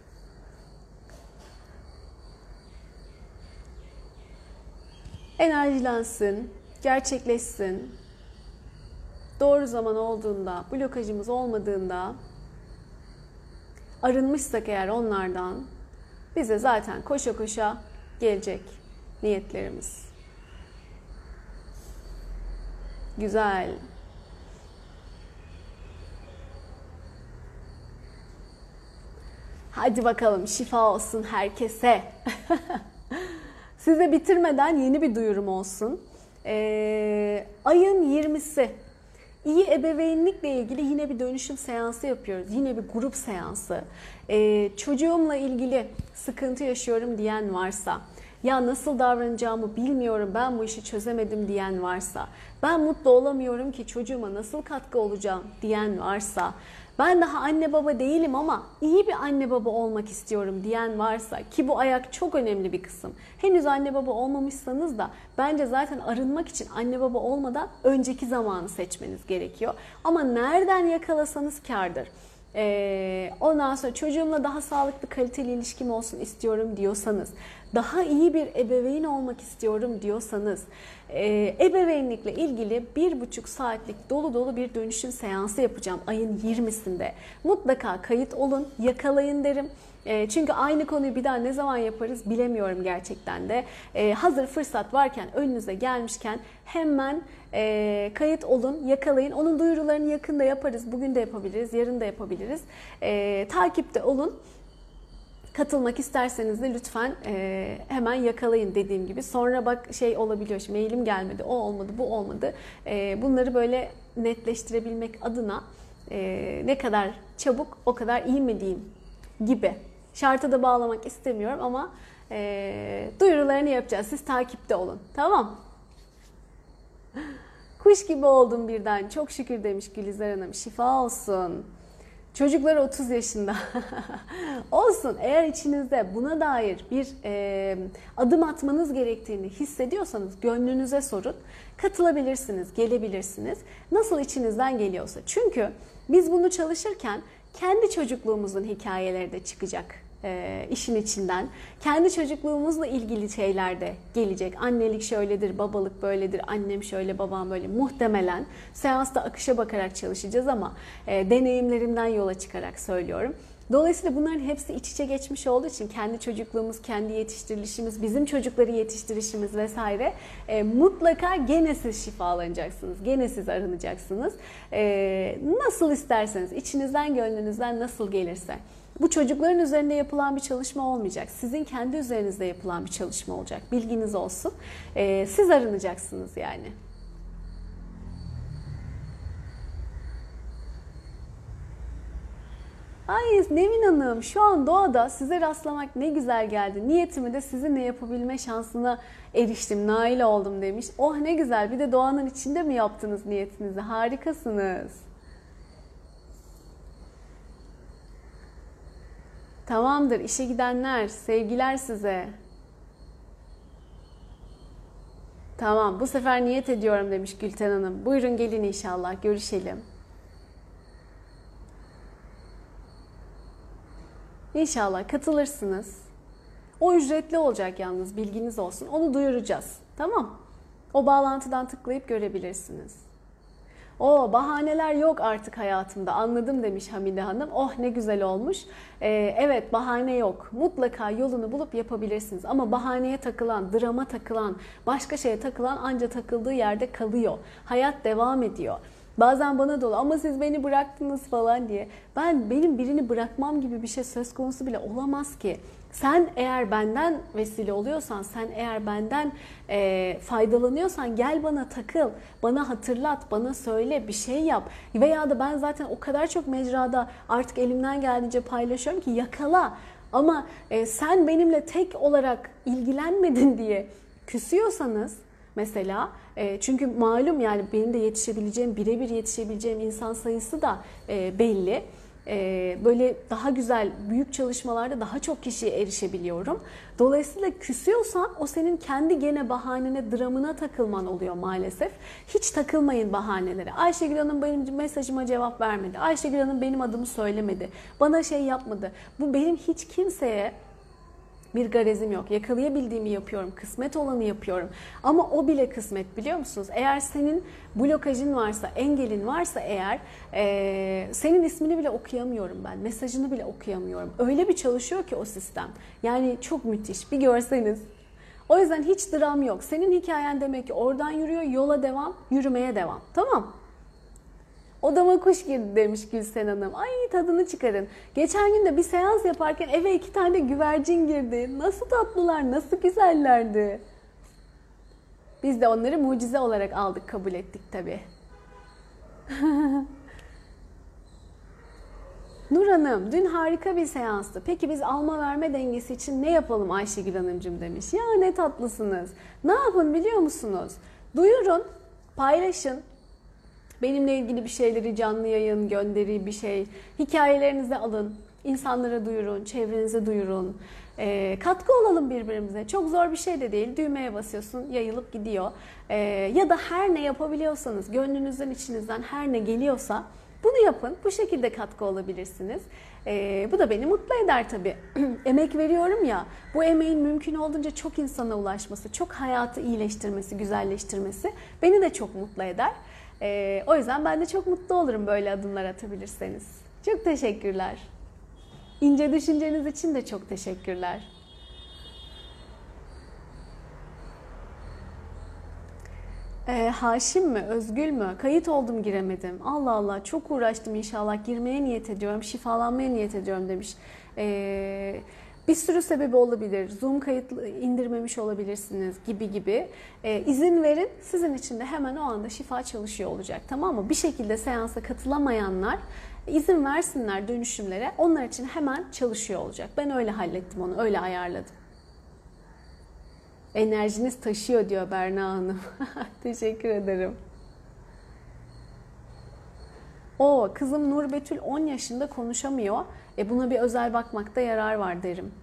enerjilensin, gerçekleşsin. Doğru zaman olduğunda, blokajımız olmadığında, arınmışsak eğer onlardan bize zaten koşa koşa gelecek niyetlerimiz. Güzel. Hadi bakalım, şifa olsun herkese. Size bitirmeden yeni bir duyurum olsun. Ee, ayın yirmisi. İyi ebeveynlikle ilgili yine bir dönüşüm seansı yapıyoruz. Yine bir grup seansı. Ee, çocuğumla ilgili sıkıntı yaşıyorum diyen varsa, ya nasıl davranacağımı bilmiyorum, ben bu işi çözemedim diyen varsa, ben mutlu olamıyorum ki çocuğuma nasıl katkı olacağım diyen varsa, ben daha anne baba değilim ama iyi bir anne baba olmak istiyorum diyen varsa, ki bu ayak çok önemli bir kısım. Henüz anne baba olmamışsanız da bence zaten arınmak için anne baba olmadan önceki zamanı seçmeniz gerekiyor. Ama nereden yakalasanız kârdır. Ee, ondan sonra çocuğumla daha sağlıklı, kaliteli ilişkim olsun istiyorum diyorsanız, daha iyi bir ebeveyn olmak istiyorum diyorsanız, e, ebeveynlikle ilgili bir buçuk saatlik dolu dolu bir dönüşüm seansı yapacağım ayın yirmisinde. Mutlaka kayıt olun, yakalayın derim. E, çünkü aynı konuyu bir daha ne zaman yaparız bilemiyorum gerçekten de. E, hazır fırsat varken, önünüze gelmişken hemen e, kayıt olun, yakalayın. Onun duyurularını yakında yaparız. Bugün de yapabiliriz, yarın da yapabiliriz. E, takipte olun. Katılmak isterseniz de lütfen e, hemen yakalayın dediğim gibi. Sonra bak şey olabiliyor, şimdi mailim gelmedi, o olmadı, bu olmadı. E, bunları böyle netleştirebilmek adına e, ne kadar çabuk o kadar iyi mi diyeyim gibi. Şarta da bağlamak istemiyorum ama e, duyurularını yapacağız. Siz takipte olun. Tamam. Kuş gibi oldum birden. Çok şükür demiş Gülizar Hanım. Şifa olsun. Çocuklar otuz yaşında. Olsun, eğer içinizde buna dair bir e, adım atmanız gerektiğini hissediyorsanız gönlünüze sorun. Katılabilirsiniz, gelebilirsiniz. Nasıl içinizden geliyorsa. Çünkü biz bunu çalışırken kendi çocukluğumuzun hikayeleri de çıkacak e, işin içinden. Kendi çocukluğumuzla ilgili şeyler de gelecek. Annelik şöyledir, babalık böyledir, annem şöyle, babam böyle. Muhtemelen seansta akışa bakarak çalışacağız ama e, deneyimlerimden yola çıkarak söylüyorum. Dolayısıyla bunların hepsi iç içe geçmiş olduğu için kendi çocukluğumuz, kendi yetiştirilişimiz, bizim çocukları yetiştirişimiz vesaire e, mutlaka gene siz şifalanacaksınız, gene siz arınacaksınız. E, nasıl isterseniz, içinizden, gönlünüzden nasıl gelirse. Bu çocukların üzerinde yapılan bir çalışma olmayacak. Sizin kendi üzerinizde yapılan bir çalışma olacak. Bilginiz olsun. E, siz arınacaksınız yani. Ay Nevin Hanım, şu an doğada size rastlamak ne güzel geldi. Niyetimi de sizinle yapabilme şansına eriştim, nail oldum demiş. Oh ne güzel, bir de doğanın içinde mi yaptınız niyetinizi? Harikasınız. Tamamdır, işe gidenler, sevgiler size. Tamam, bu sefer niyet ediyorum demiş Gülten Hanım. Buyurun gelin inşallah, görüşelim. İnşallah katılırsınız. O ücretli olacak yalnız, bilginiz olsun. Onu duyuracağız. Tamam. O bağlantıdan tıklayıp görebilirsiniz. O bahaneler yok artık hayatımda, anladım demiş Hamide Hanım. Oh ne güzel olmuş. Ee, evet, bahane yok. Mutlaka yolunu bulup yapabilirsiniz. Ama bahaneye takılan, drama takılan, başka şeye takılan anca takıldığı yerde kalıyor. Hayat devam ediyor. Bazen bana dolu ama siz beni bıraktınız falan diye. Ben benim birini bırakmam gibi bir şey söz konusu bile olamaz ki. Sen eğer benden vesile oluyorsan, sen eğer benden e, faydalanıyorsan gel bana takıl, bana hatırlat, bana söyle, bir şey yap. Veya da ben zaten o kadar çok mecrada artık elimden geldiğince paylaşıyorum ki yakala. Ama e, sen benimle tek olarak ilgilenmedin diye küsüyorsanız mesela, e, çünkü malum yani benim de yetişebileceğim, birebir yetişebileceğim insan sayısı da e, belli. E, böyle daha güzel, büyük çalışmalarda daha çok kişiye erişebiliyorum. Dolayısıyla küsüyorsan o senin kendi gene bahanene, dramına takılman oluyor maalesef. Hiç takılmayın bahanelere. Ayşegül Hanım benim mesajıma cevap vermedi. Ayşegül Hanım benim adımı söylemedi. Bana şey yapmadı. Bu benim hiç kimseye bir garezim yok. Yakalayabildiğimi yapıyorum. Kısmet olanı yapıyorum. Ama o bile kısmet, biliyor musunuz? Eğer senin blokajın varsa, engelin varsa eğer e, senin ismini bile okuyamıyorum ben. Mesajını bile okuyamıyorum. Öyle bir çalışıyor ki o sistem. Yani çok müthiş. Bir görseniz. O yüzden hiç dram yok. Senin hikayen demek ki oradan yürüyor. Yola devam, yürümeye devam. Tamam. Odama kuş girdi demiş Gülsen Hanım. Ay tadını çıkarın. Geçen gün de bir seans yaparken eve iki tane güvercin girdi. Nasıl tatlılar, nasıl güzellerdi. Biz de onları mucize olarak aldık, kabul ettik tabii. Nur Hanım, dün harika bir seanstı. Peki biz alma verme dengesi için ne yapalım Ayşegül Hanımcığım demiş. Ya ne tatlısınız. Ne yapın biliyor musunuz? Duyurun, paylaşın. Benimle ilgili bir şeyleri canlı yayın, gönderi bir şey, hikayelerinizi alın, insanlara duyurun, çevrenize duyurun, e, katkı olalım birbirimize. Çok zor bir şey de değil, düğmeye basıyorsun, yayılıp gidiyor. E, ya da her ne yapabiliyorsanız, gönlünüzden, içinizden her ne geliyorsa bunu yapın, bu şekilde katkı olabilirsiniz. E, bu da beni mutlu eder tabii. Emek veriyorum ya, bu emeğin mümkün olduğunca çok insana ulaşması, çok hayatı iyileştirmesi, güzelleştirmesi beni de çok mutlu eder. Ee, o yüzden ben de çok mutlu olurum böyle adımlar atabilirseniz. Çok teşekkürler. İnce düşünceniz için de çok teşekkürler. Ee, Haşim mi, Özgül mü? Kayıt oldum, giremedim. Allah Allah, çok uğraştım, inşallah girmeye niyet ediyorum, şifalanmaya niyet ediyorum demiş. Ee, Bir sürü sebebi olabilir. Zoom kayıt indirmemiş olabilirsiniz gibi gibi. Ee, izin verin. Sizin için de hemen o anda şifa çalışıyor olacak. Tamam mı? Bir şekilde seansa katılamayanlar izin versinler dönüşümlere. Onlar için hemen çalışıyor olacak. Ben öyle hallettim onu. Öyle ayarladım. Enerjiniz taşıyor diyor Berna Hanım. Teşekkür ederim. O kızım Nur Betül on yaşında konuşamıyor. E buna bir özel bakmakta yarar var derim.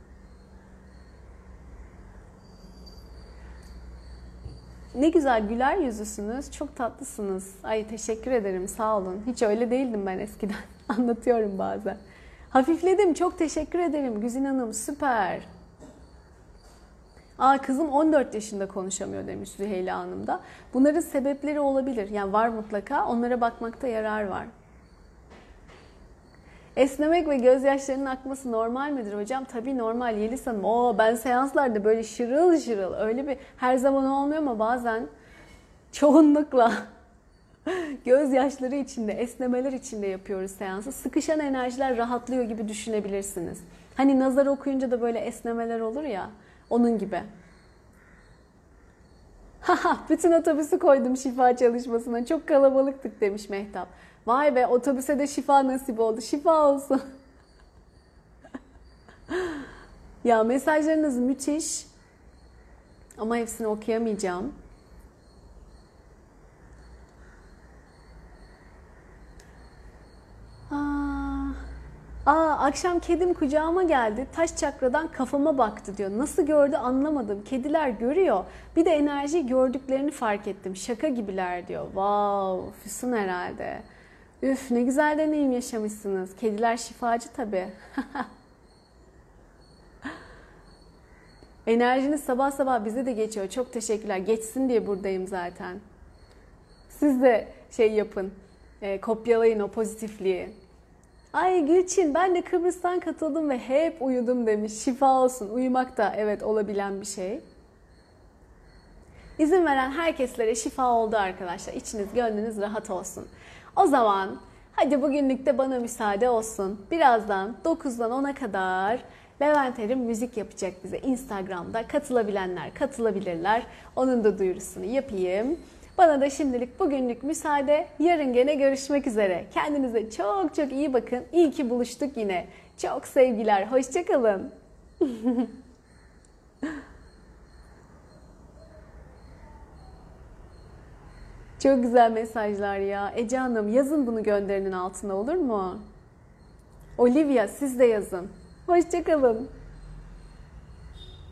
Ne güzel güler yüzlüsünüz. Çok tatlısınız. Ay teşekkür ederim. Sağ olun. Hiç öyle değildim ben eskiden. Anlatıyorum bazen. Hafifledim. Çok teşekkür ederim Güzin Hanım. Süper. Aa kızım on dört yaşında konuşamıyor demiş Züheyla Hanım da. Bunların sebepleri olabilir. Yani var mutlaka. Onlara bakmakta yarar var. Esnemek ve gözyaşlarının akması normal midir hocam? Tabii normal Yeliz Hanım. Oo, ben seanslarda böyle şırıl şırıl, öyle bir her zaman olmuyor ama bazen çoğunlukla gözyaşları içinde, esnemeler içinde yapıyoruz seansı. Sıkışan enerjiler rahatlıyor gibi düşünebilirsiniz. Hani nazar okuyunca da böyle esnemeler olur ya, onun gibi. Haha, bütün otobüsü koydum şifa çalışmasına. Çok kalabalıktık demiş Mehtap. Vay be, otobüse de şifa nasip oldu. Şifa olsun. Ya mesajlarınız müthiş. Ama hepsini okuyamayacağım. Aa, aa, akşam kedim kucağıma geldi. Taş çakradan kafama baktı diyor. Nasıl gördü anlamadım. Kediler görüyor. Bir de enerjiyi gördüklerini fark ettim. Şaka gibiler diyor. Wow, Füsun herhalde. Üf, ne güzel deneyim yaşamışsınız. Kediler şifacı tabii. Enerjiniz sabah sabah bize de geçiyor. Çok teşekkürler. Geçsin diye buradayım zaten. Siz de şey yapın. E, kopyalayın o pozitifliği. Ay Gülçin, ben de Kıbrıs'tan katıldım ve hep uyudum demiş. Şifa olsun. Uyumak da evet olabilen bir şey. İzin veren herkeslere şifa oldu arkadaşlar. İçiniz gönlünüz rahat olsun. O zaman hadi bugünlük de bana müsaade olsun. Birazdan dokuzdan ona kadar Levent Erim müzik yapacak bize Instagram'da. Katılabilenler katılabilirler. Onun da duyurusunu yapayım. Bana da şimdilik bugünlük müsaade. Yarın gene görüşmek üzere. Kendinize çok çok iyi bakın. İyi ki buluştuk yine. Çok sevgiler. Hoşça kalın. Çok güzel mesajlar ya. Ece Hanım, yazın bunu gönderinin altına, olur mu? Olivia, siz de yazın. Hoşça kalın.